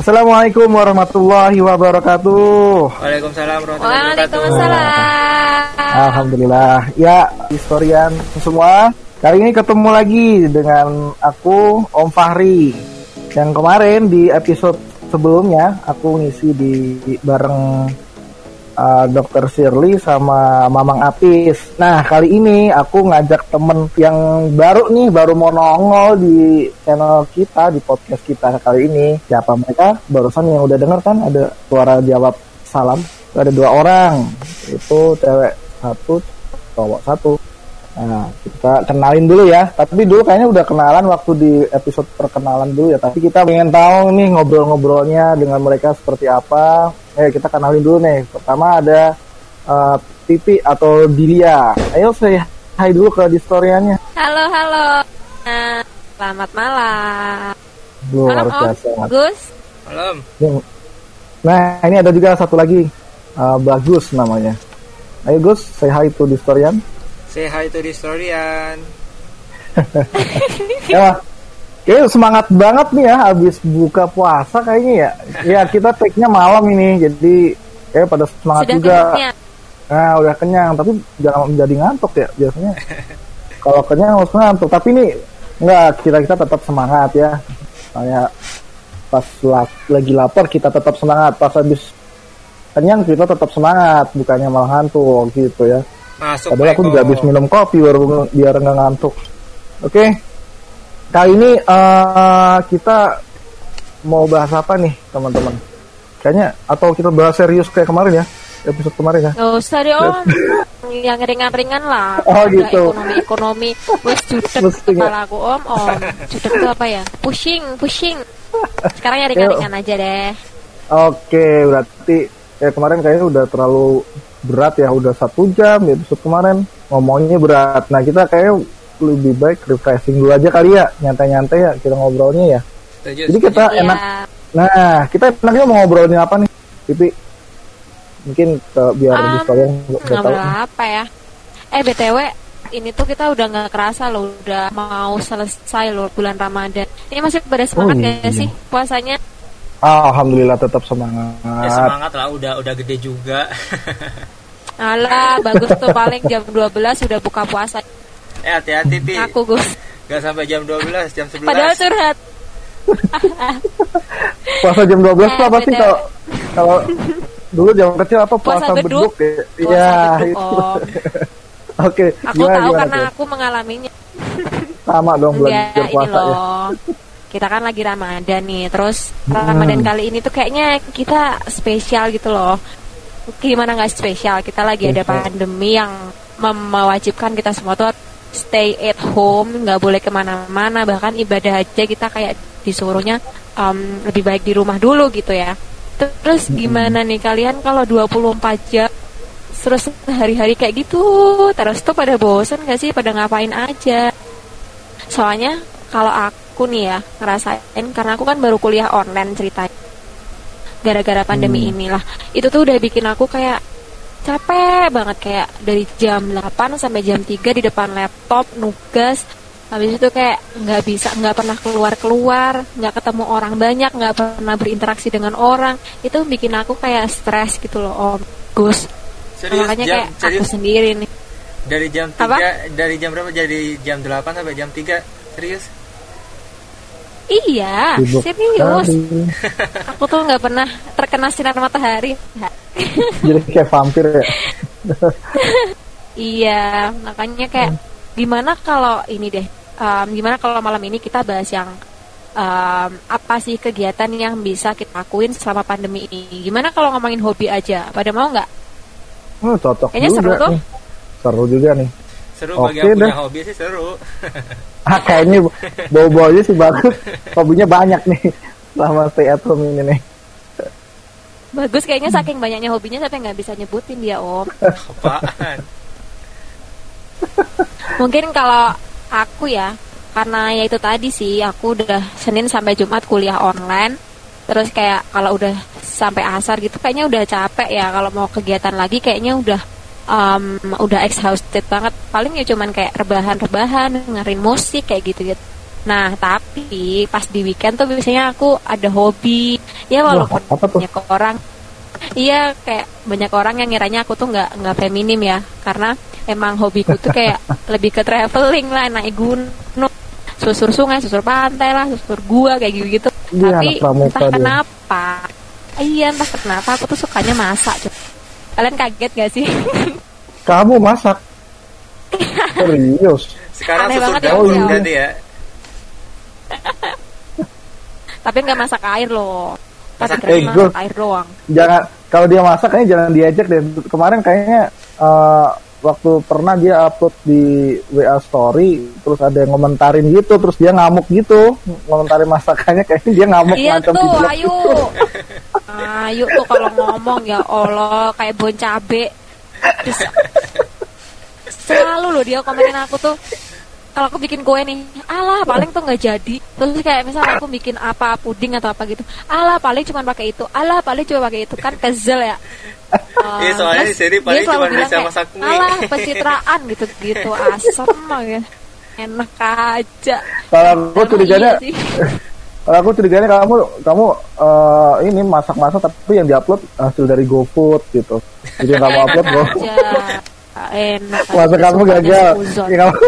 Assalamualaikum warahmatullahi wabarakatuh. Waalaikumsalam warahmatullahi wabarakatuh. Alhamdulillah. Ya, historian semua. Kali ini ketemu lagi dengan aku, Om Fahri. Yang kemarin di episode sebelumnya aku ngisi bareng Dr. Shirley sama Mamang Apis. Nah, kali ini aku ngajak temen yang baru mau nongol di channel kita, di podcast kita kali ini. Siapa mereka? Barusan yang udah denger kan ada suara jawab salam. Ada 2 orang, itu cewek 1, cowok 1. Nah, kita kenalin dulu ya. Tapi dulu kayaknya udah kenalan waktu di episode perkenalan dulu ya. Tapi kita pengen tahu nih ngobrol-ngobrolnya dengan mereka seperti apa. Kita kenalin dulu nih. Pertama ada Pipi atau Dilia. Ayo saya hai dulu ke historiannya. Halo. Selamat malam. Luar biasa. Gus. Malam. Nah, ini ada juga satu lagi. Bagus namanya. Ayo Gus, say hi to historian. Say hi to the historian. Ya, kayaknya semangat banget nih ya habis buka puasa kayaknya ya. Ya kita take-nya malam ini, jadi kayak pada semangat sudah juga. Kenyang. Nah udah kenyang, tapi jangan menjadi ngantuk ya biasanya. Kalau kenyang harus ngantuk, tapi ini enggak, kita tetap semangat ya. Kayak pas lagi lapar kita tetap semangat, pas habis kenyang kita tetap semangat, bukannya malah ngantuk gitu ya. Masuk. Padahal aku juga habis minum kopi baru biar nggak ngantuk. Oke. Kali ini kita mau bahas apa nih teman-teman? Kayaknya atau kita bahas serius kayak kemarin ya, episode kemarin ya? Gak usah deh Om, yang ringan-ringan lah. Oh gitu. Ekonomi, wes judek kepala aku Om. Judek itu apa ya? Pushing. Sekarang yang ringan-ringan aja deh. Oke, berarti kemarin kayaknya udah terlalu berat ya, udah 1 jam ya episode kemarin ngomongnya berat. Nah kita kayak lebih baik refreshing dulu aja kali ya, nyantai-nyantai ya kita ngobrolnya ya. Jadi kita enak. Nah kita enaknya mau ngobrolin apa nih, Pipi? Mungkin biar historian ngobrol apa ya? BTW ini tuh kita udah nggak kerasa loh, udah mau selesai loh bulan Ramadan. Ini masih pada semangat gak sih puasanya? Alhamdulillah tetap semangat. Ya semangat lah, udah gede juga. Alah, bagus tuh paling jam 12 sudah buka puasa. Hati-hati Pi. Aku Gus. Gak sampai jam 12, jam 11. Padahal curhat. Puasa jam 12 lah pasti kalau dulu jam kecil apa puasa beduk ya. Iya, itu. Oke. Aku tahu karena aku mengalaminya. Sama dong belajar puasa ya. Kita kan lagi Ramadan nih, terus Ramadan kali ini tuh kayaknya kita spesial gitu loh. Gimana nggak spesial? Kita lagi ada pandemi yang mewajibkan kita semua tuh stay at home, nggak boleh kemana-mana, bahkan ibadah aja kita kayak disuruhnya lebih baik di rumah dulu gitu ya. Terus gimana nih kalian kalau 24 jam terus hari-hari kayak gitu, terus tuh pada bosan nggak sih? Pada ngapain aja? Soalnya kalau aku nih ya ngerasain, karena aku kan baru kuliah online ceritanya gara-gara pandemi inilah, itu tuh udah bikin aku kayak capek banget, kayak dari jam 8 sampai jam 3 di depan laptop nugas, habis itu kayak nggak pernah keluar, nggak ketemu orang banyak, nggak pernah berinteraksi dengan orang, itu bikin aku kayak stres gitu loh Om Gus. Serius, makanya kayak aku sendiri nih dari jam 3 apa? Dari jam berapa jadi jam 8 sampai jam 3 serius? Iya, serius. Aku tuh nggak pernah terkena sinar matahari. Jadi kayak vampir ya. Iya, makanya kayak gimana kalau ini deh, gimana kalau malam ini kita bahas yang apa sih kegiatan yang bisa kita lakuin selama pandemi ini? Gimana kalau ngomongin hobi aja? Pada mau nggak? Cocok kayaknya juga seru tuh. Seru juga nih. Seru bagi yang punya hobi sih seru. Kayaknya bau-baunya sih bagus. Hobinya banyak nih selama stay at home ini nih. Bagus kayaknya saking banyaknya hobinya sampai nggak bisa nyebutin dia Om. Apaan? Mungkin kalau aku ya, karena ya itu tadi sih, aku udah Senin sampai Jumat kuliah online. Terus kayak kalau udah sampai asar gitu kayaknya udah capek ya. Kalau mau kegiatan lagi kayaknya udah exhausted banget. Paling ya cuman kayak rebahan, dengerin musik kayak gitu. Nah, tapi pas di weekend tuh biasanya aku ada hobi. Ya walaupun Wah, apa tuh? banyak orang, iya kayak banyak orang yang ngiranya aku tuh nggak feminim ya, karena emang hobiku tuh kayak lebih ke traveling lah, naik gunung, susur sungai, susur pantai lah, susur gua kayak gitu-gitu. Dia Tapi anak pramuka entah dia. kenapa, iya entah kenapa aku tuh sukanya masak. Kalian kaget gak sih? Kamu masak? Serius? Sekarang Aneh susur banget ya, dapur Om. berarti ya. Tapi nggak masak air loh. Tapi Masak- keren Gus. masak air doang. Jangan, kalau dia masak kayaknya jangan diajak deh. Kemarin kayaknya waktu pernah dia upload di WA story, terus ada yang ngomentarin gitu, terus dia ngamuk gitu, ngomentarin masakannya, kayaknya dia ngamuk Iya ngancam di tuh, blog. ayo. Ayo tuh kalau ngomong ya Allah kayak bon cabe. Terus, selalu loh dia komenin aku tuh. Kalau aku bikin kue nih, alah paling tuh nggak jadi. Terus kayak misalnya aku bikin apa puding atau apa gitu, alah paling cuma pakai itu, alah paling cuma pakai itu, kan kesel ya. Iya, soalnya Terus di sini dia paling selalu cuma bilang bisa kayak, masak mie. alah pencitraan gitu asem ya. Enak aja. Kalau aku Emang curiganya, iya sih. kalau aku curiganya kamu ini masak-masak tapi yang diupload hasil dari GoFood gitu. Jadi yang kamu upload GoFood. aja. Enak aja, Masa kamu sukanya gagal. suzon. Ya, kamu.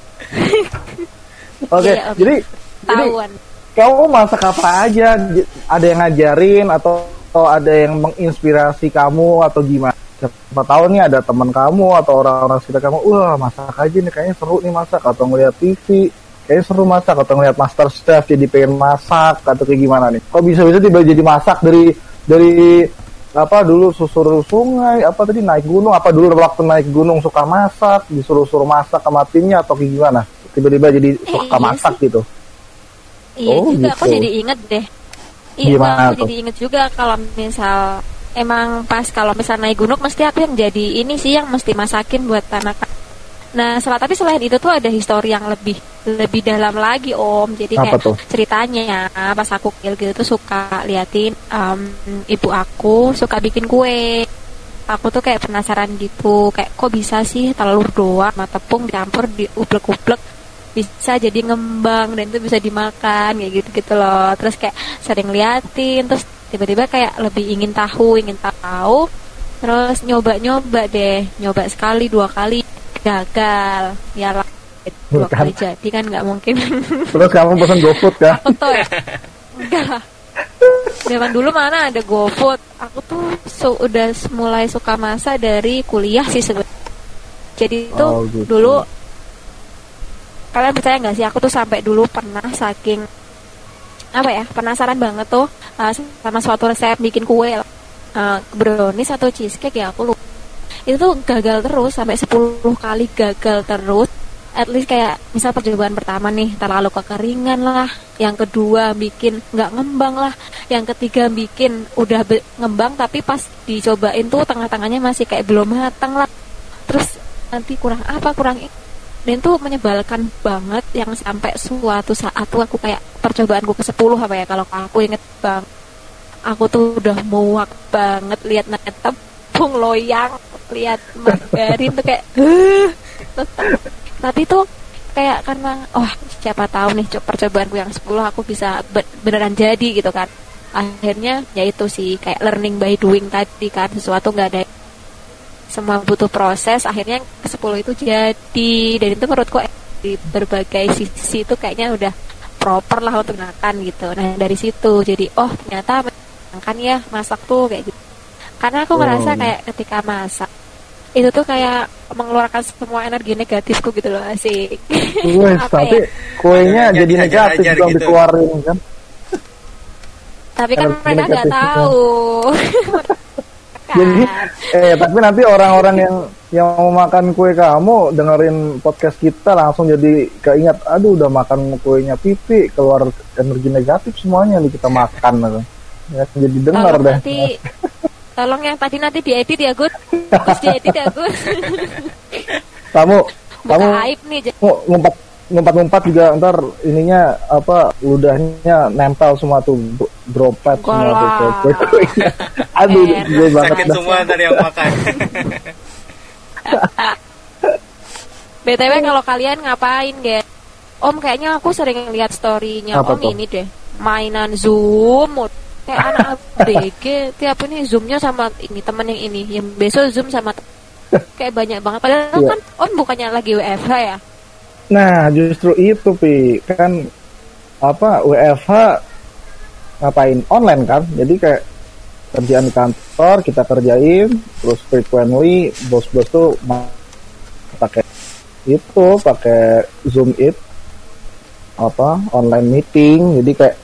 Oke, Iya, Om. jadi Tahuan. kamu masak apa aja? Ada yang ngajarin atau ada yang menginspirasi kamu atau gimana? Siapa tahu nih ada teman kamu atau orang-orang sekitar kamu, wah masak aja nih kayaknya seru nih masak, atau ngeliat TV kayaknya seru masak, atau ngeliat Master Chef jadi pengen masak atau kayak gimana nih? Kok bisa-bisa tiba jadi masak dari apa dulu susur sungai, apa tadi naik gunung, apa dulu waktu naik gunung suka masak, disuruh-suruh masak sama timnya atau kayak gimana? Tiba-tiba jadi suka iya masak sih. gitu. Iya Oh, juga, aku gitu. jadi inget deh. Iya, Gimana aku tuh? jadi inget juga kalau misal emang pas kalau misal naik gunung mesti aku yang jadi ini sih yang mesti masakin buat anak. Nah, tapi selain itu tuh ada histori yang lebih dalam lagi Om. Jadi Apa kayak tuh? ceritanya pas aku kecil gitu tuh suka liatin ibu aku suka bikin kue. Aku tuh kayak penasaran gitu, kayak kok bisa sih telur doang sama tepung dicampur diublek-ublek bisa jadi ngembang dan itu bisa dimakan kayak gitu-gitu loh. Terus kayak sering liatin, terus tiba-tiba kayak lebih ingin tahu, terus nyoba deh, nyoba sekali 2 kali gagal, ya lah 2 kali jadi kan nggak mungkin. Terus kamu pesan GoFood kah? Aku tuh ya enggak lah. Zaman dulu mana ada GoFood. Aku tuh udah mulai suka masak dari kuliah sih sebenarnya. Jadi itu Oh, gitu. dulu kalian percaya nggak sih aku tuh sampai dulu pernah saking apa ya penasaran banget tuh sama suatu resep bikin kue brownies atau cheesecake ya aku lupa. Itu tuh gagal terus sampai 10 kali gagal terus. At least kayak misal percobaan pertama nih terlalu kekeringan lah, yang kedua bikin nggak ngembang lah, yang ketiga bikin udah ngembang tapi pas dicobain tuh tengah-tengahnya masih kayak belum matang lah, terus nanti kurang ini. Dan tuh menyebalkan banget yang sampai suatu saat tuh aku kayak percobaanku ke-10 apa ya kalau aku inget bang, aku tuh udah muak banget lihat tepung loyang, lihat margarin tuh kayak tapi tuh kayak karena siapa tahu nih percobaanku yang 10 aku bisa beneran jadi gitu kan. Akhirnya ya itu sih kayak learning by doing tadi kan, sesuatu nggak ada semua butuh proses, akhirnya yang ke-10 itu jadi. Dan itu menurutku di berbagai sisi itu kayaknya udah proper lah untuk makan gitu. Nah dari situ jadi ternyata menyenangkan ya masak tuh kayak gitu. Karena aku ngerasa kayak ketika masak itu tuh kayak mengeluarkan semua energi negatifku gitu loh, asik. Wes, tapi kuenya jadi negatif hajar dong gitu. dikeluarin kan. Tapi kan Energi mereka nggak negatif tahu. Jadi tapi nanti orang-orang yang mau makan kue kamu dengerin podcast kita langsung jadi keinget, aduh udah makan kuenya Pipi, keluar energi negatif semuanya nih kita makan. Ya, jadi dengar Tolong deh. nanti, tolong yang tadi nanti diedit ya Gus. Gus diedit ya Gus. Kamu Buka aib nih. ngumpat juga ntar ininya apa ludahnya nempel semua tuh droplet semua tuh kue-kuenya. Aduh gue banget Sakit dah. semua ntar yang makan. BTW kalau kalian ngapain guys? Om kayaknya aku sering lihat story-nya Apa Om tuh? ini deh, mainan Zoom. Kayak anak BG tiap ini Zoom-nya sama ini temen yang ini, yang besok Zoom sama kayak banyak banget. Padahal Iya. kan Om bukannya lagi WFH ya? Nah, justru itu, Pi. Kan WFH ngapain online kan? Jadi kayak kerjaan di kantor kita kerjain, terus frequently bos-bos tuh pakai Zoom online meeting. Jadi kayak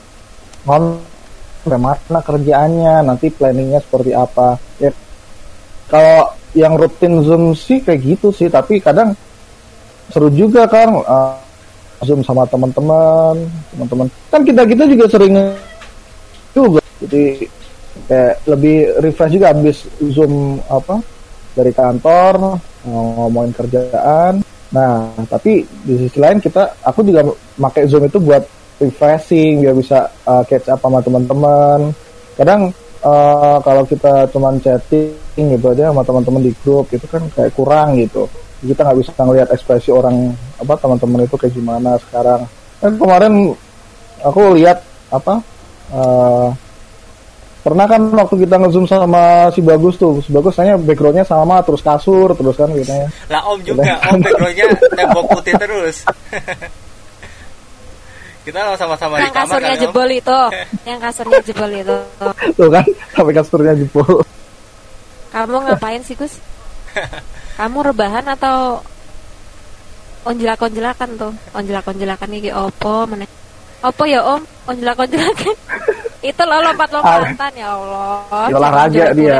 mana kerjaannya, nanti planningnya seperti apa. Ya kalau yang rutin Zoom sih kayak gitu sih, tapi kadang seru juga kan Zoom sama teman-teman kan kita juga sering juga, jadi kayak lebih refresh juga habis Zoom dari kantor ngomongin kerjaan. Nah tapi di sisi lain aku juga pakai Zoom itu buat refreshing, biar bisa catch up sama teman-teman. Kadang kalau kita cuman chatting gitu aja sama teman-teman di grup itu kan kayak kurang gitu, kita nggak bisa ngelihat ekspresi orang teman-teman itu kayak gimana sekarang. Kan kemarin aku lihat pernah kan waktu kita nge-zoom sama si Bagus hanya backgroundnya sama terus kasur terus kan gitu ya. Lah Om juga, Om backgroundnya tembok putih terus. Kita sama-sama di Yang kamar kasurnya kan, Om? jebol itu, yang kasurnya jebol itu. Tuh kan sampai kasurnya jebol. Kamu ngapain sih Gus? Kamu rebahan atau onjelak-onjelakan tuh? Onjelak-onjelakan iki opo meneh? Opo ya Om? Onjelak-onjelakan. Itu loh lompat-lompatan ya Allah. Ya, olahraga dia.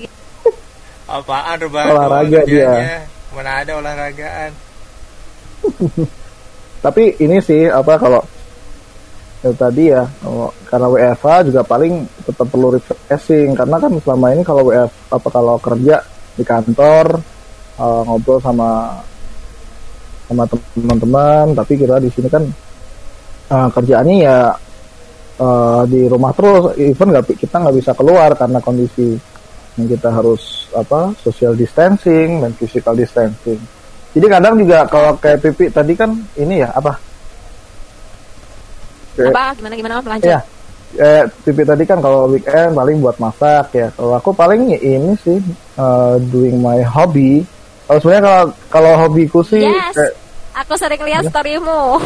Apaan rebahan? Olahraga dia. Mana ada olahragaan? Tapi ini sih kalau tadi ya, karena WFH juga paling tetap perlu refreshing, karena kan selama ini kalau kalau kerja di kantor ngobrol sama teman-teman, tapi kita di sini kan kerjaannya ya di rumah terus, even kita nggak bisa keluar karena kondisi yang kita harus social distancing dan physical distancing. Jadi kadang juga kalau kayak Pipi tadi kan ini ya Gimana Om, lanjut. Ya, Pipi tadi kan kalau weekend paling buat masak ya. Kalau aku paling ini sih doing my hobby. Kalau sebenarnya kalau hobiku sih Yes, aku sering lihat storymu.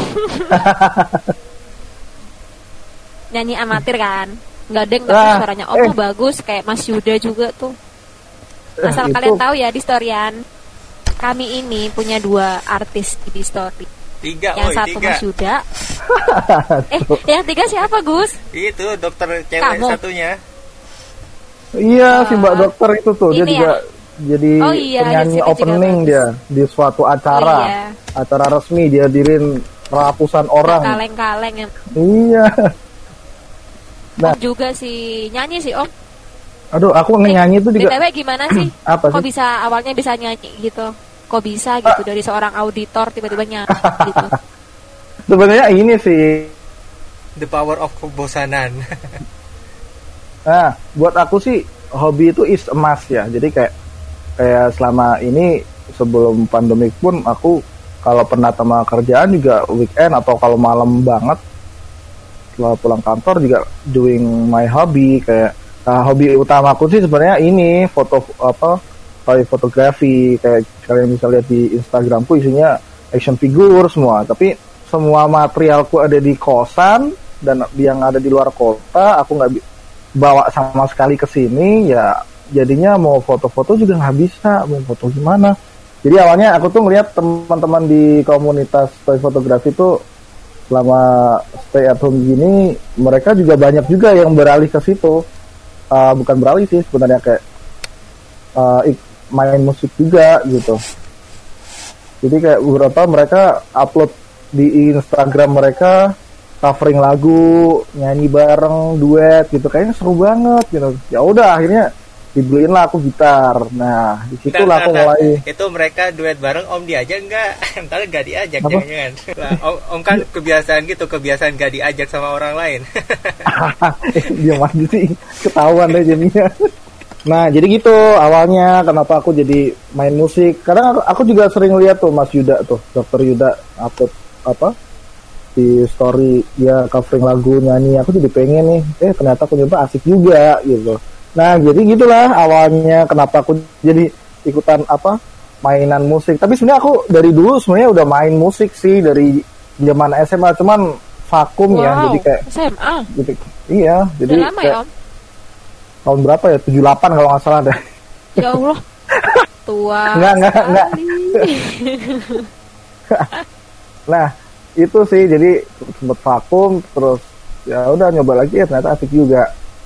Nyanyi amatir kan, nggak deng tapi suaranya Om bagus kayak Mas Yuda juga tuh. Asal kalian tahu ya di storyan, kami ini punya 2 artis di story. 3, yang satu 3. Mas Yuda. Yang 3 siapa Gus? Itu dokter cewek satunya. Iya, si Mbak Dokter itu tuh dia juga jadi penyanyi opening dia di suatu acara. Acara resmi dia hadirin ratusan orang. Kaleng-kaleng ya. Iya. Nah, juga sih nyanyi sih Om. Aduh, aku nyanyi itu juga. BTW gimana sih? Apa Kok sih? bisa awalnya bisa nyanyi gitu? Kok bisa gitu dari seorang auditor tiba-tiba nyanyi gitu? Sebenarnya ini sih The power of kebosanan. Nah, buat aku sih hobi itu is a must ya. Jadi kayak selama ini sebelum pandemik pun aku kalau penat sama kerjaan juga weekend atau kalau malam banget setelah pulang kantor juga doing my hobby. Kayak hobi utama aku sih sebenarnya ini fotografi. Kayak kalian bisa lihat di Instagramku isinya action figure semua. Tapi semua materialku ada di kosan dan yang ada di luar kota aku nggak bawa sama sekali ke sini, ya jadinya mau foto-foto juga nggak bisa, mau foto gimana. Jadi awalnya aku tuh ngeliat teman-teman di komunitas toy fotografi tuh selama stay at home gini, mereka juga banyak juga yang beralih ke situ. Bukan beralih sih sebenarnya, kayak main musik juga gitu. Jadi kayak beberapa mereka upload di Instagram mereka covering lagu, nyanyi bareng, duet gitu, kayaknya seru banget gitu. Ya udah akhirnya dibeliin lah aku gitar. Nah di situ lah aku mulai. Itu mereka duet bareng, Om diajak nggak? Ntar nggak diajak jangan-jangan. Nah, om kan kebiasaan gitu, kebiasaan nggak diajak sama orang lain. Dia mandi sih, ketahuan deh jadinya. Nah jadi gitu awalnya kenapa aku jadi main musik. Kadang aku juga sering lihat tuh Mas Yuda tuh, Dokter Yuda upload di story dia covering lagu nyanyi, aku jadi pengen nih, ternyata aku nyoba asik juga gitu. Nah jadi gitulah awalnya kenapa aku jadi ikutan mainan musik. Tapi sebenarnya aku dari dulu sebenarnya udah main musik sih dari zaman SMA, cuman vakum ya, jadi kayak SMA. Gitu, iya, jadi udah lama ya Om? Tahun berapa ya? 78 kalau nggak salah deh. Ya Allah. Tua. Enggak. Nah, itu sih jadi sempet vakum terus ya udah nyoba lagi ya ternyata asik juga.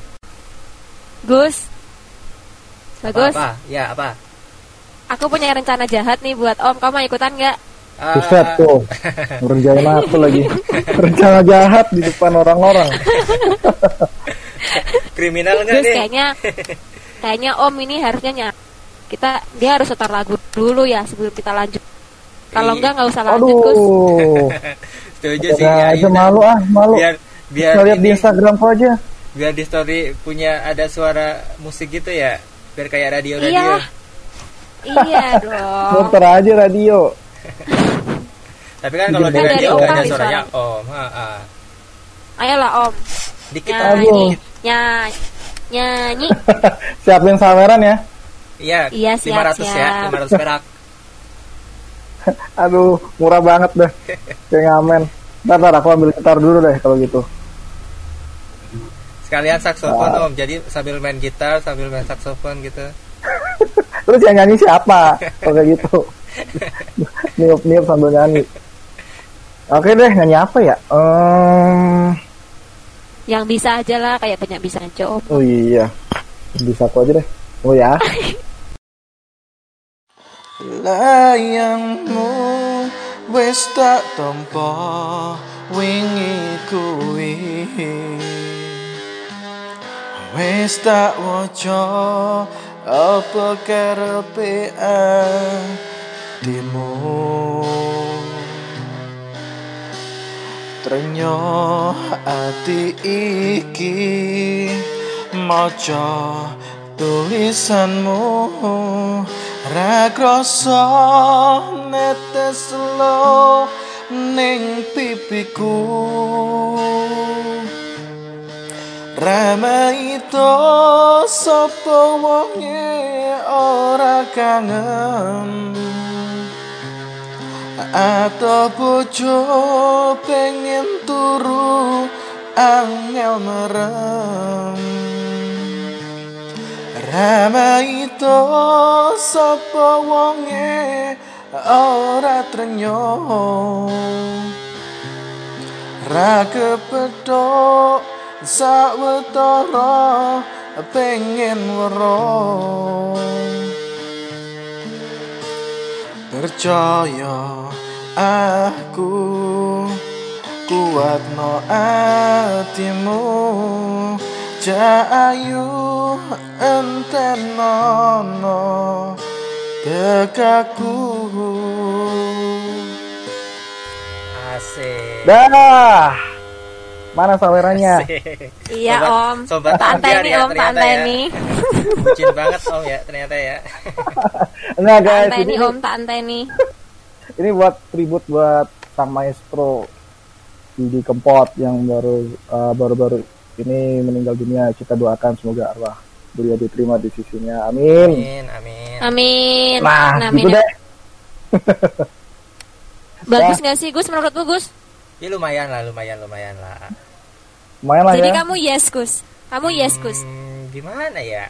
Gus. Bagus. Apa? Ya, apa? Aku punya rencana jahat nih buat Om. Kamu mau ikutan nggak? Buset tuh, ngerjain aku lagi. Rencana jahat di depan orang-orang. Kriminal nggak Gus, nih? kayaknya Om ini harusnya dia harus setor lagu dulu ya sebelum kita lanjut. Kalau enggak nggak usah lanjut, Gus. Setuju sih. Ya, aja malu. Biar lihat di Instagram kok aja. Biar di story punya ada suara musik gitu ya. Biar kayak radio. Iya dong. Muter aja radio. Tapi kan kalau di radio nggak ada suaranya Om. Ayolah Om. Dikit Nyanyi. Siapin saweran ya. Iya, 500 ya, 500 perak. Aduh, murah banget deh. Kayak ngamen. Ntar aku ambil gitar dulu deh kalau gitu. Sekalian saksofon Om, jadi sambil main gitar, sambil main saksofon gitu. Terus yang nyanyi siapa? Kalau kayak gitu. Niup-niup sambil nyanyi. Oke deh, nyanyi apa ya? Yang bisa aja lah, kayak banyak bisa aja Om. Oh iya, bisa aku aja deh. Oh ya. Layangmu wis tak tampa wingi kuwi, wis tak waca apa karepe atimu. Trenyo ati iki maca tulisanmu, ra krasa netes lo ning pipiku, ra maito sapa wonge ora kangen, atau bojo pengen turu angel merem, ra itu sapa wonge ora trenyo, ra kepethuk sawetara pengen weruh. Percaya aku kuatno atimu, jayu entenono tekaku. Asik. Dah. Mana sawerannya? Iya Om. Sobat Tante nih Om, tante nih. Bucin banget Om ya ternyata ya. Enggak guys, Tante nih Om, tante nih. ini buat tribut buat sang maestro Didi Kempot yang baru-baru ini meninggal dunia. Kita doakan semoga arwah beliau diterima di sisinya. Amin. Amin. Nah, amin. gitu deh. Bagus nggak sih Gus menurutmu Gus? Ya lumayan lah. Lumayan lah Jadi ya. kamu yes Gus. Kamu yes Gus. Gimana ya?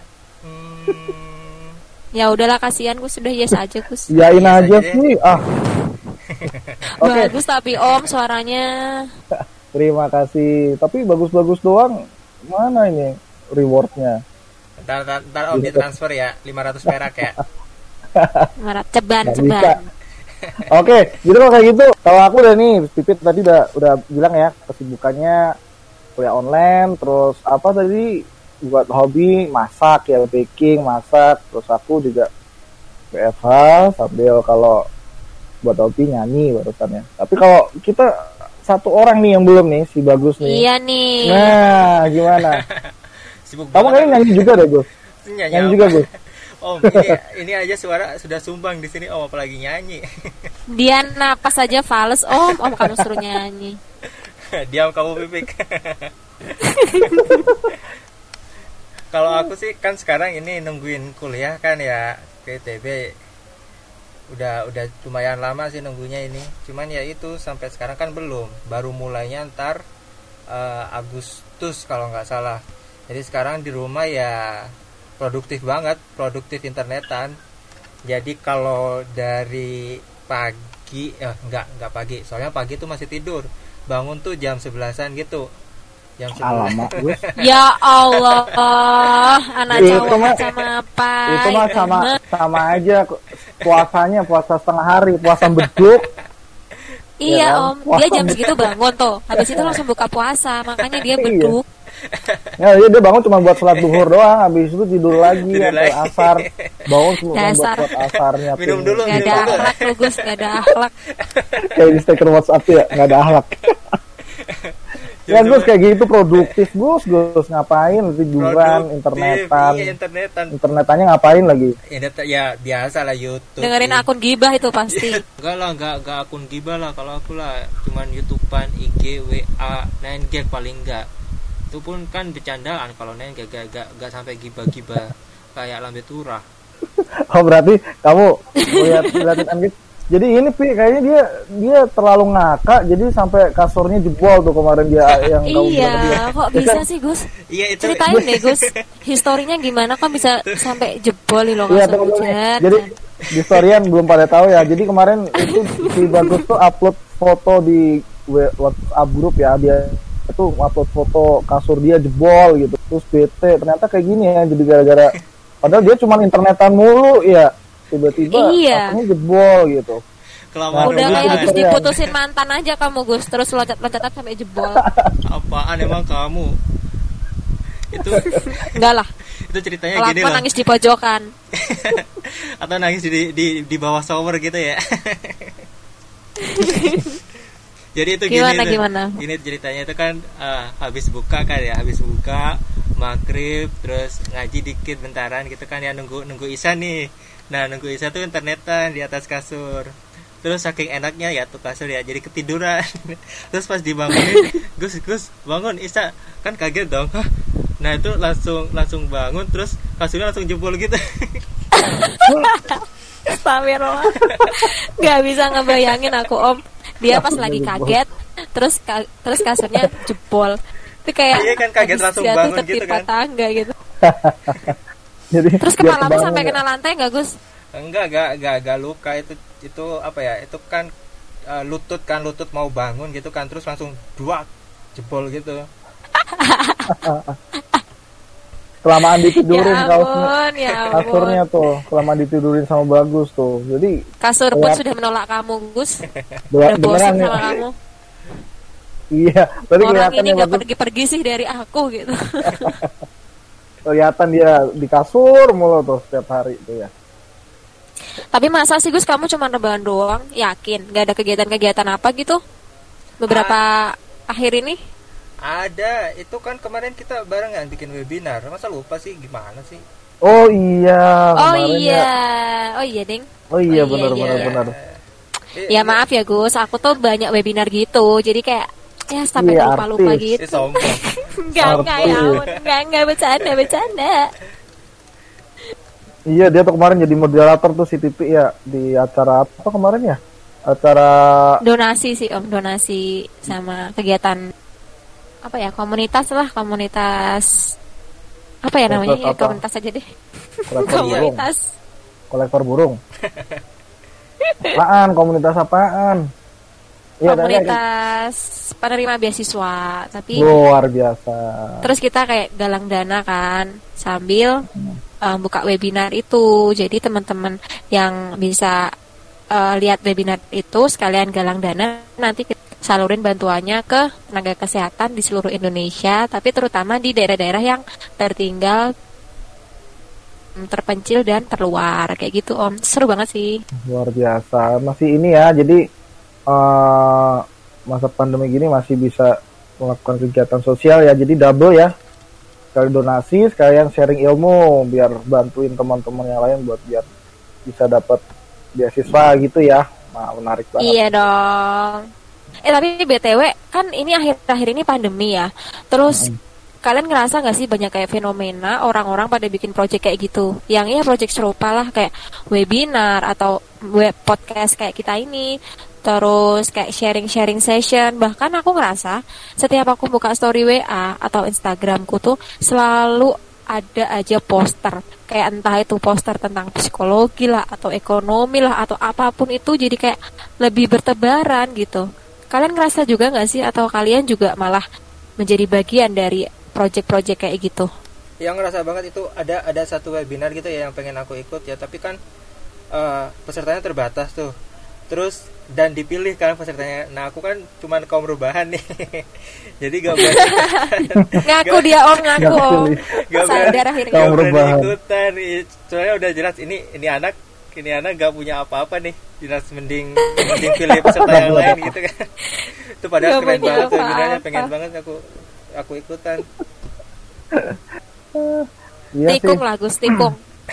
Ya udahlah kasihan Gus, sudah yes aja Gus. Yain Yes aja aja sih. Oke. Bagus tapi Om suaranya. Terima kasih. Tapi bagus-bagus doang. Mana ini rewardnya? Ntar Om ditransfer ya 500 perak ya. Ceban. Oke, gitu kok kayak gitu. Kalau aku udah nih, Pipit tadi udah bilang ya kesibukannya kuliah online, terus apa tadi buat hobi masak ya, baking, masak, terus aku juga WFH sambil kalau buat hobi nyanyi barusan ya. Tapi kalau kita satu orang nih yang belum nih, si Bagus nih. Iya nih. Nah, gimana? Sibuk Kamu kayaknya nyanyi juga deh, Gus. Nyanyi Nyanyi juga, Gus. Om, ini aja suara sudah sumbang di sini Om, apalagi nyanyi. Dia napas aja fales, Om kamu suruh nyanyi. Diam kamu Pipik. Kalau aku sih kan sekarang ini nungguin kuliah kan ya, PTB. Udah lumayan lama sih nunggunya ini. Cuman ya itu sampai sekarang kan belum. Baru mulainya ntar Agustus kalau nggak salah. Jadi sekarang di rumah ya produktif banget, produktif internetan. Jadi kalau dari pagi enggak pagi, soalnya pagi tuh masih tidur. Bangun tuh jam 11-an gitu. Jam 11. Alamak, Gus. Ya Allah, anak Itu cowok mah- macam apa? Itu mah sama aja puasanya, puasa setengah hari, puasa beduk. Iya Ya kan? Om, dia jam segitu bangun tuh. Habis itu langsung buka puasa, makanya dia Iya. beduk. Ya, dia bangun cuma buat sholat duhur doang, habis itu tidur lagi Tidur sampai lagi. asar. Bangun cuma buat Dasar. sholat asarnya. Minum dulu. Gak ada akhlak lu Gus, gak ada akhlak. Kayak di stiker WhatsApp ya, nggak ada akhlak. Ya Gus kayak gitu produktif Gus ngapain tiduran, internetan, Iya, internetan. internetannya ngapain lagi? Ya biasa lah YouTube. Dengerin akun gibah itu pasti. Enggak lah, enggak akun gibah lah kalau aku lah. Cuman YouTubean, IG, WA, 9gag paling enggak. Itu pun kan bercandaan kalau 9gag enggak sampai gibah-gibah kayak lambe turah. Oh berarti kamu liatin Anggit. Jadi ini Pi kayaknya dia terlalu ngakak jadi sampai kasurnya jebol tuh kemarin dia yang kamu bilang tadi ya. Iya, kok bisa sih Gus? Iya itu. Ceritain deh Gus, historinya gimana kok bisa sampai jebol loh Iya kasur teman-teman. hujan? Jadi di storyan belum pada tahu ya. Jadi kemarin itu si Bagus tuh upload foto di WhatsApp grup ya, dia itu upload foto kasur dia jebol gitu. Terus bete ternyata kayak gini ya. Jadi gara-gara padahal dia cuma internetan mulu ya. Tiba-tiba Iya. kasurnya jebol gitu. Kelamaan Udah Nah, kayak itu habis keren. diputusin mantan aja kamu Gus, terus loncat-loncatan sampai jebol. apaan emang kamu? Itu Enggak lah, itu ceritanya kalau gini aku loh. nangis di pojokan. Atau nangis di bawah shower gitu ya. Jadi itu Gimana? Gini ceritanya itu kan habis buka kan ya, habis buka maghrib terus ngaji dikit bentaran gitu kan ya, nunggu Isya nih. Nah nunggu Isya tuh internetan di atas kasur. Terus saking enaknya ya tuh kasur ya, jadi ketiduran. Terus pas dibangunin, Gus bangun Isya, kan kaget dong. Hah? Nah itu langsung bangun, terus kasurnya langsung jebol gitu. Astagfirullah. Gak bisa ngebayangin aku Om. Dia pas lagi kaget, terus kasurnya jebol. Itu kayak Iya kan, kaget habis langsung jatuh bangun gitu tertimpa kan. tangga gitu. Jadi Terus biar kepalamu kebangun sampai ya. kena lantai nggak Gus? Enggak luka, itu apa ya, itu kan lutut mau bangun gitu kan, terus langsung duak jebol gitu. Kelamaan ditidurin Ya kaosnya. ampun, ya ampun. Kasurnya tuh kelamaan ditidurin sama Bagus tuh. Jadi Kasur pun Lihat. sudah menolak kamu Gus. Udah beneran bosan ya. sama kamu. Iya, tadi Orang kelihatan ini ya nggak Bagus. pergi-pergi sih dari aku gitu. Kelihatan dia di kasur mulu tuh setiap hari tuh ya. Tapi masa sih Gus kamu cuma rebahan doang? Yakin? Gak ada kegiatan-kegiatan apa gitu? Beberapa akhir ini? Ada, itu kan kemarin kita barengan bikin webinar. Masa lupa sih, gimana sih? Oh iya. Oh kemarin iya, ya. oh iya ding. Oh iya Oh, benar iya, benar iya. benar. Ya maaf ya Gus, aku tuh banyak webinar gitu. Jadi kayak ya sampai Iya, lupa-lupa artis. gitu. Sombong. Enggak ya ampun. Enggak bercanda. Iya dia tuh kemarin jadi moderator tuh si Tipi ya di acara apa kemarin ya? Acara Donasi sih Om, donasi sama kegiatan apa ya, komunitas apa ya namanya? Komunitas apa? Komunitas aja deh. kolektor burung. Komunitas Kolektor burung. Apaan? Komunitas apaan? Iya, komunitas penerima beasiswa, tapi luar biasa. terus kita kayak galang dana kan sambil buka webinar itu. Jadi teman-teman yang bisa lihat webinar itu sekalian galang dana, nanti kita salurin bantuannya ke tenaga kesehatan di seluruh Indonesia, tapi terutama di daerah-daerah yang tertinggal, terpencil dan terluar kayak gitu Om. Seru banget sih. Luar biasa. Masih ini ya, jadi masa pandemi gini masih bisa melakukan kegiatan sosial ya, jadi double ya. sekali donasi, sekalian sharing ilmu biar bantuin teman-teman yang lain buat biar bisa dapat beasiswa gitu ya. Nah, menarik banget. Iya dong. Tapi BTW kan ini akhir-akhir ini pandemi ya. Terus kalian ngerasa nggak sih banyak kayak fenomena orang-orang pada bikin project kayak gitu? Yang ya project serupa lah kayak webinar atau web podcast kayak kita ini. Terus kayak sharing-sharing session. Bahkan aku ngerasa setiap aku buka story WA atau Instagramku tuh selalu ada aja poster. Kayak entah itu poster tentang psikologi lah atau ekonomi lah atau apapun itu, jadi kayak lebih bertebaran gitu. Kalian ngerasa juga nggak sih atau kalian juga malah menjadi bagian dari project-project kayak gitu? Yang ngerasa banget itu ada satu webinar gitu ya yang pengen aku ikut ya, tapi kan pesertanya terbatas tuh. Terus dan dipilih kan pesertanya. Nah aku kan cuman kaum rebahan nih. Jadi gak berani ngaku dia ngaku sadar akhirnya gak berani ikutan. Soalnya udah jelas ini anak gak punya apa-apa nih. Jelas mending pilih peserta yang lain gitu kan. Itu padahal keren banget tuh webinarnya, pengen banget aku ikutan. Tikung lah Gus, tikung.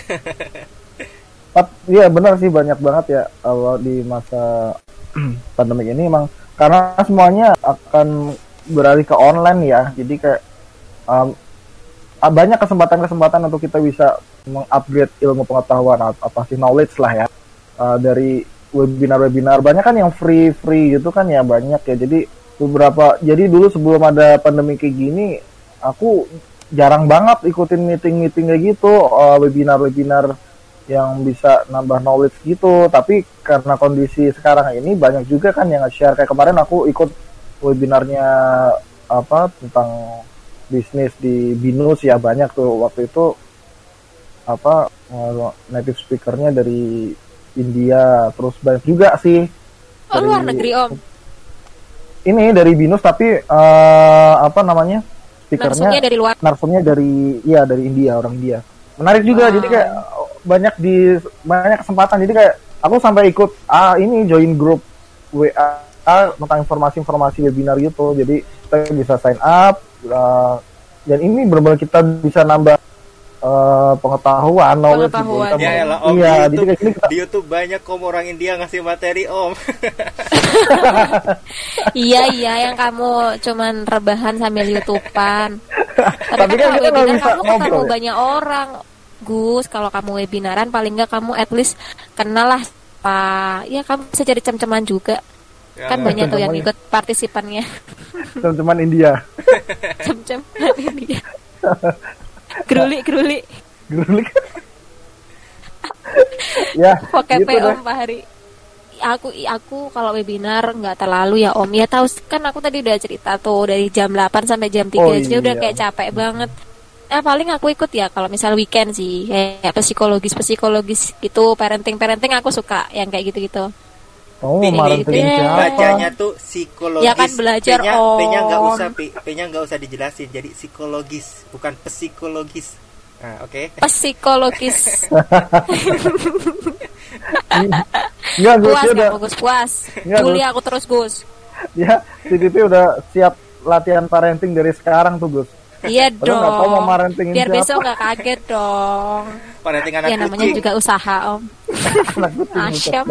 Iya benar sih, banyak banget ya kalau di masa pandemi ini emang karena semuanya akan beralih ke online ya, jadi kayak banyak kesempatan untuk kita bisa mengupgrade ilmu pengetahuan apa sih knowledge lah ya, dari webinar banyak kan yang free gitu kan ya, banyak ya. Jadi dulu sebelum ada pandemi kayak gini aku jarang banget ikutin meeting kayak gitu, webinar yang bisa nambah knowledge gitu. Tapi karena kondisi sekarang ini banyak juga kan yang nge-share, kayak kemarin aku ikut webinarnya tentang bisnis di BINUS ya, banyak tuh waktu itu native speakernya dari India, terus banyak juga sih luar negeri Om. Ini dari BINUS tapi speakernya narsumnya dari India, orang India. Menarik juga. Jadi kayak banyak kesempatan, jadi kayak aku sampai ikut join grup WA tentang informasi webinar gitu, jadi kita bisa sign up, dan ini benar-benar kita bisa nambah pengetahuan, knowledge gitu. Iya, di YouTube banyak orang India ngasih materi Om. Iya, yang kamu cuman rebahan sambil YouTubean. Tapi kan kita webinar bisa kamu ketemu banyak orang. Gus, kalau kamu webinaran paling nggak kamu at least kenal lah ya, kamu bisa jadi cem-ceman juga ya, kan banyak tuh yang ikut partisipannya. Cem-ceman India. Cem-ceman India. Gerulik. Ya. Oke gitu Om Fahri. Aku kalau webinar nggak terlalu ya Om. Ya tahu kan aku tadi udah cerita tuh dari jam 8 sampai jam 3 aja udah kayak capek banget. Paling aku ikut ya kalau misal weekend sih, kayak psikologis gitu, parenting aku suka yang kayak gitu. Bacanya tuh psikologis. Ya kan belajar P-nya nggak usah dijelasin, jadi psikologis bukan psikologis. Nah, oke. Psikologis. Ya, puas. Bully aku terus Gus. Ya, CDP udah siap latihan parenting dari sekarang tuh Gus. Iya dong. Biar siapa. besok nggak kaget dong. Parenting anak ya namanya juga usaha Om. Asyam.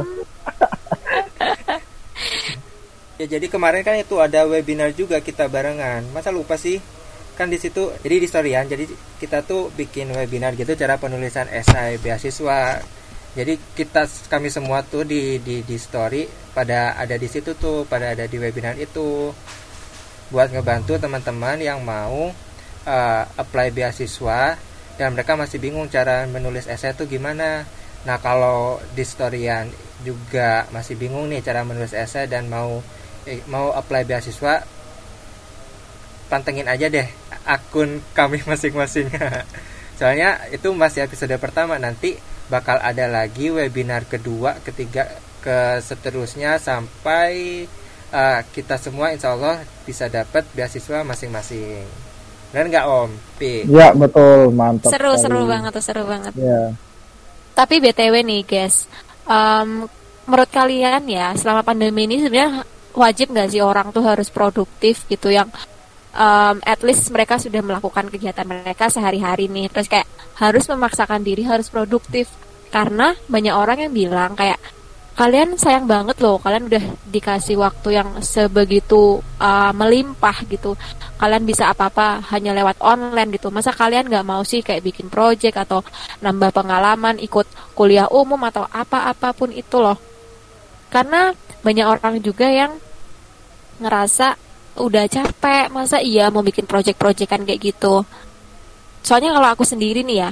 Ya jadi kemarin kan itu ada webinar juga kita barengan. Masa lupa sih? Kan di situ jadi di storyan. Jadi kita tuh bikin webinar gitu cara penulisan esai beasiswa. Jadi kami semua tuh di story pada ada di situ tuh, pada ada di webinar itu buat ngebantu teman-teman yang mau apply beasiswa dan mereka masih bingung cara menulis esai itu gimana. Nah kalau di storyan juga masih bingung nih cara menulis esai dan mau apply beasiswa, pantengin aja deh akun kami masing-masing. Soalnya itu masih episode pertama, nanti bakal ada lagi webinar kedua, ketiga, ke seterusnya sampai kita semua insya Allah bisa dapat beasiswa masing-masing. Benar nggak Om? Ya betul, mantap. Seru banget. Ya. Tapi BTW nih guys, menurut kalian ya selama pandemi ini sebenarnya wajib nggak sih orang tuh harus produktif gitu, yang at least mereka sudah melakukan kegiatan mereka sehari-hari nih, terus kayak harus memaksakan diri harus produktif karena banyak orang yang bilang kayak kalian sayang banget loh, kalian udah dikasih waktu yang sebegitu melimpah gitu, kalian bisa apa-apa hanya lewat online gitu, masa kalian nggak mau sih kayak bikin project atau nambah pengalaman, ikut kuliah umum atau apa-apapun itu loh. Karena banyak orang juga yang ngerasa udah capek, masa iya mau bikin project-projectan kayak gitu. Soalnya kalau aku sendiri nih ya,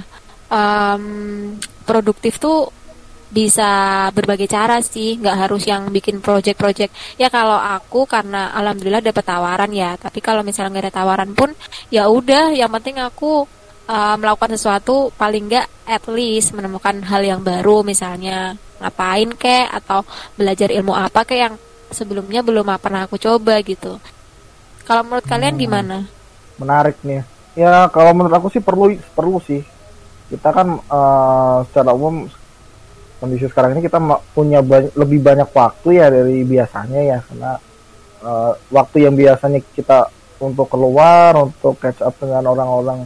produktif tuh bisa berbagai cara sih, nggak harus yang bikin project-project. Ya kalau aku karena alhamdulillah dapat tawaran ya, tapi kalau misalnya nggak ada tawaran pun ya udah, yang penting aku melakukan sesuatu, paling nggak at least menemukan hal yang baru, misalnya ngapain kek atau belajar ilmu apa kek yang sebelumnya belum pernah aku coba gitu. Kalau menurut kalian gimana? Menarik nih. Ya kalau menurut aku sih perlu sih. Kita kan secara umum kondisi sekarang ini kita punya lebih banyak waktu ya dari biasanya ya, karena waktu yang biasanya kita untuk keluar, untuk catch up dengan orang-orang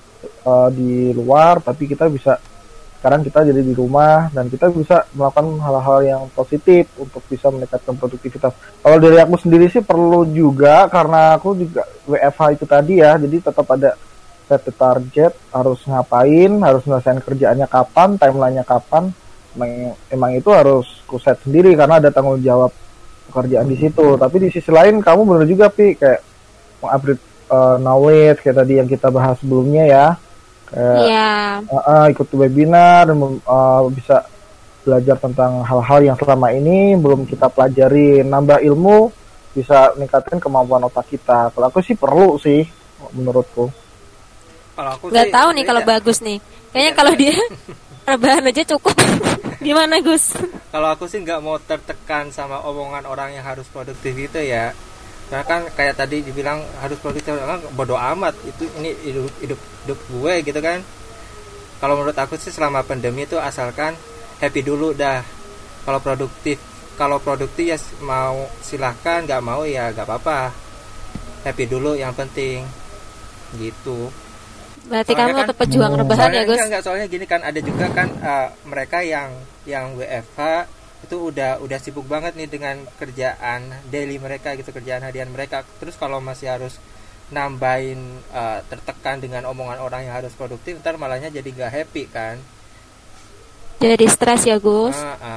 di luar, tapi kita bisa sekarang kita jadi di rumah dan kita bisa melakukan hal-hal yang positif untuk bisa meningkatkan produktivitas. Kalau dari aku sendiri sih perlu juga, karena aku juga WFH itu tadi ya, jadi tetap ada set target, harus ngapain, harus menyelesaikan kerjaannya kapan, timelinenya kapan. Emang itu harus kuset sendiri karena ada tanggung jawab pekerjaan di situ. Tapi di sisi lain kamu benar juga Pi, kayak mengupgrade knowledge kayak tadi yang kita bahas sebelumnya ya, kayak ikut webinar dan bisa belajar tentang hal-hal yang selama ini belum kita pelajari, nambah ilmu, bisa meningkatkan kemampuan otak kita. Kalau aku sih perlu sih menurutku. Kalau aku nggak tahu nih kalau bagus nih, kayaknya kalau dia rebahan aja cukup. Gimana Gus? Kalau aku sih nggak mau tertekan sama omongan orang yang harus produktif gitu ya. Karena kan kayak tadi dibilang harus produktif, kan bodo amat itu, ini hidup gue gitu kan. Kalau menurut aku sih selama pandemi itu asalkan happy dulu dah. Kalau produktif ya mau silahkan, nggak mau ya nggak apa-apa. Happy dulu yang penting gitu. Berarti kamu tetap pejuang rebahan ya Gus? Enggak, soalnya gini kan, ada juga kan mereka yang WFH itu udah sibuk banget nih dengan kerjaan daily mereka gitu, kerjaan harian mereka. Terus kalau masih harus nambahin tertekan dengan omongan orang yang harus produktif, ntar malahnya jadi gak happy kan. Jadi stres ya Gus?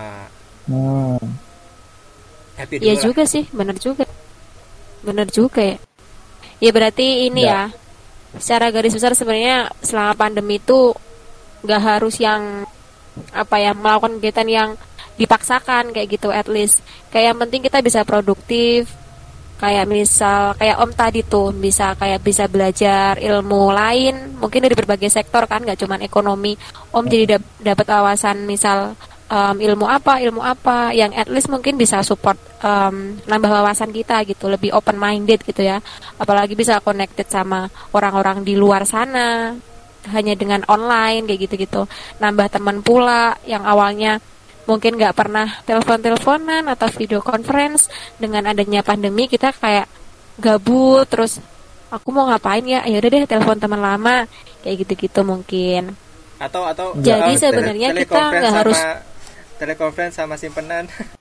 Happy dulu iya lah. Juga sih, bener juga ya. Ya berarti ini ya, secara garis besar sebenarnya selama pandemi itu nggak harus yang melakukan kegiatan yang dipaksakan kayak gitu, at least kayak yang penting kita bisa produktif, kayak misal kayak Om tadi tuh bisa belajar ilmu lain mungkin dari berbagai sektor kan, nggak cuma ekonomi. Om jadi dapat wawasan misal ilmu apa yang at least mungkin bisa support nambah wawasan kita gitu, lebih open minded gitu ya, apalagi bisa connected sama orang-orang di luar sana hanya dengan online kayak gitu-gitu, nambah teman pula yang awalnya mungkin nggak pernah telepon-teleponan atau video conference. Dengan adanya pandemi kita kayak gabut, terus aku mau ngapain ya udah deh telepon teman lama kayak gitu-gitu mungkin. Atau jadi sebenarnya kita nggak harus telekonferensi sama simpenan.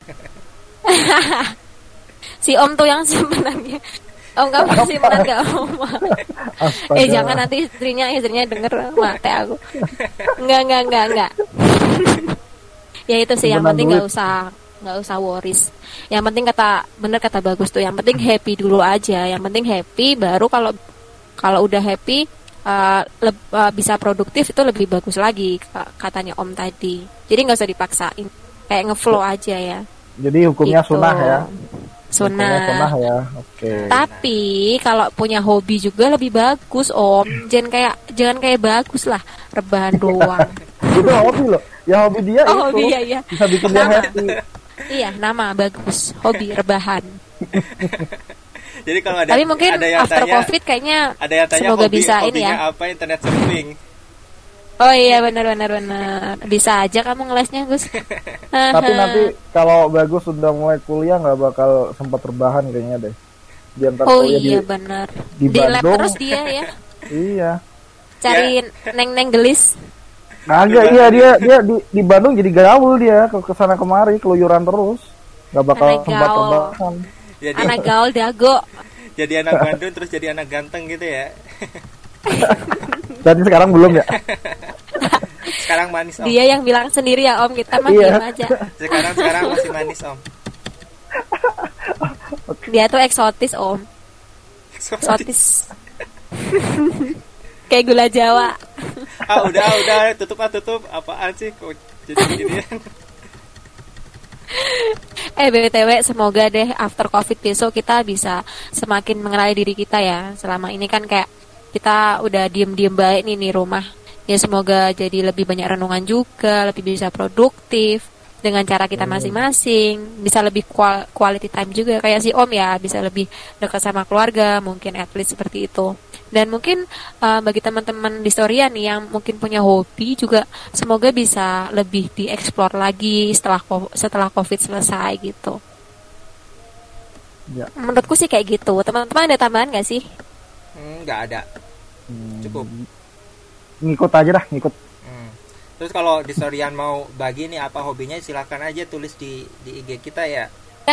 Si Om tuh yang simpenannya. Om kamu simpenan gak Om? Jangan nanti istrinya denger mati aku. Enggak. Ya itu sih, yang penting nggak usah worries. Yang penting kata Bagus tuh, yang penting happy dulu aja. Yang penting happy, baru kalau udah happy bisa produktif itu lebih bagus lagi katanya Om tadi. Jadi nggak usah dipaksain, kayak ngeflow aja ya. Jadi hukumnya gitu. Sunnah ya. Sunnah ya. Oke. Tapi kalau punya hobi juga lebih bagus Om. Jangan kayak Bagus lah, rebahan doang. Itu hobi loh. Ya hobi dia itu. Hobi ya. Bisa bikin dia happy. Iya, nama bagus. Hobi rebahan. Jadi kalau tapi mungkin after COVID kayaknya semoga bisa ini ya. Apa internet surfing? Oh iya benar. Bisa aja kamu ngelesnya Gus. Tapi nanti kalau Bagus sudah mulai kuliah nggak bakal sempat rebahan kayaknya deh. Dia ntar Oh kuliah iya benar. di Di lab Bandung. terus dia ya. Iya. Cariin neng-neng gelis. Kagak, iya dia di Bandung jadi gaul dia ke sana kemari keluyuran terus. Gak bakal Anak sempat gaul. terbang. Jadi Anak gaul dago. jadi anak Bandung terus jadi anak ganteng gitu ya. Dan sekarang belum ya. Sekarang manis om. Dia yang bilang sendiri ya Om, kita mah Iya. diam aja. Sekarang masih manis om. Dia tuh eksotis Om. Eksotis. Kayak gula Jawa. Udah tutup. Apaan sih kok jadi gini? BTW semoga deh after covid besok kita bisa semakin mengenali diri kita ya. Selama ini kan kayak kita udah diem-diem baik nih di rumah. Ya semoga jadi lebih banyak renungan juga, lebih bisa produktif dengan cara kita masing-masing, bisa lebih quality time juga kayak si Om ya, bisa lebih dekat sama keluarga, mungkin at least seperti itu. Dan mungkin bagi teman-teman di Storia nih yang mungkin punya hobi juga semoga bisa lebih dieksplor lagi setelah Covid selesai gitu. Ya. Menurutku sih kayak gitu. Teman-teman ada tambahan nggak sih? Nggak ada. Cukup. Ngikut aja dah, ngikut. Terus kalau di Storian mau bagi nih apa hobinya silahkan aja tulis di IG kita ya.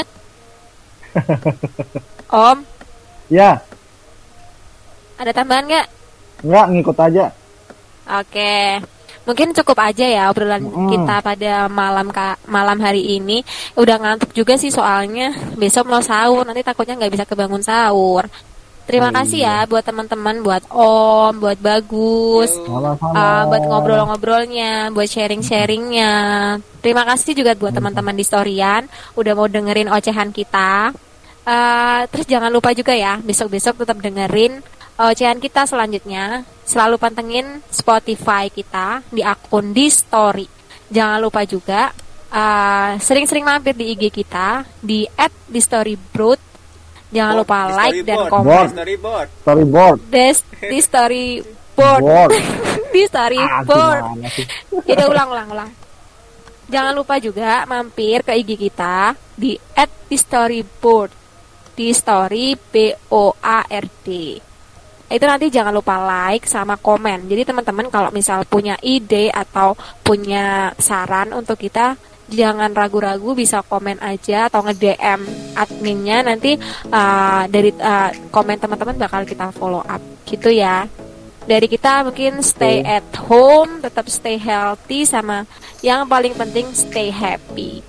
Om, Ya, ada tambahan nggak? nggak ngikut aja. Oke, mungkin cukup aja ya obrolan kita pada malam hari ini. Udah ngantuk juga sih soalnya besok mau sahur, nanti takutnya nggak bisa kebangun sahur. Terima kasih ya buat teman-teman, buat Om, buat Bagus, Sama-sama. buat ngobrol-ngobrolnya, buat sharing-sharingnya. Terima kasih juga buat teman-teman di Storian udah mau dengerin ocehan kita. Terus jangan lupa juga ya besok-besok tetap dengerin ocehan kita selanjutnya. Selalu pantengin Spotify kita di akun di Story. Jangan lupa juga sering-sering mampir di IG kita di @distorybroad. Jangan lupa like dan komen Storyboard. di storyboard. Board. Di storyboard. Gimana sih? Udah ulang. Jangan lupa juga mampir ke IG kita di @distorybboard. Di story BOARD. Itu nanti jangan lupa like sama komen. Jadi teman-teman kalau misal punya ide atau punya saran untuk kita, jangan ragu-ragu bisa komen aja atau nge-DM adminnya, nanti dari komen teman-teman bakal kita follow up gitu ya. Dari kita mungkin stay at home, tetap stay healthy, sama yang paling penting stay happy.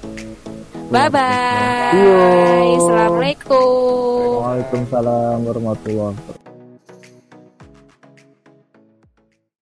Bye-bye. Yo. Assalamualaikum. Waalaikumsalam warahmatullahi wabarakatuh.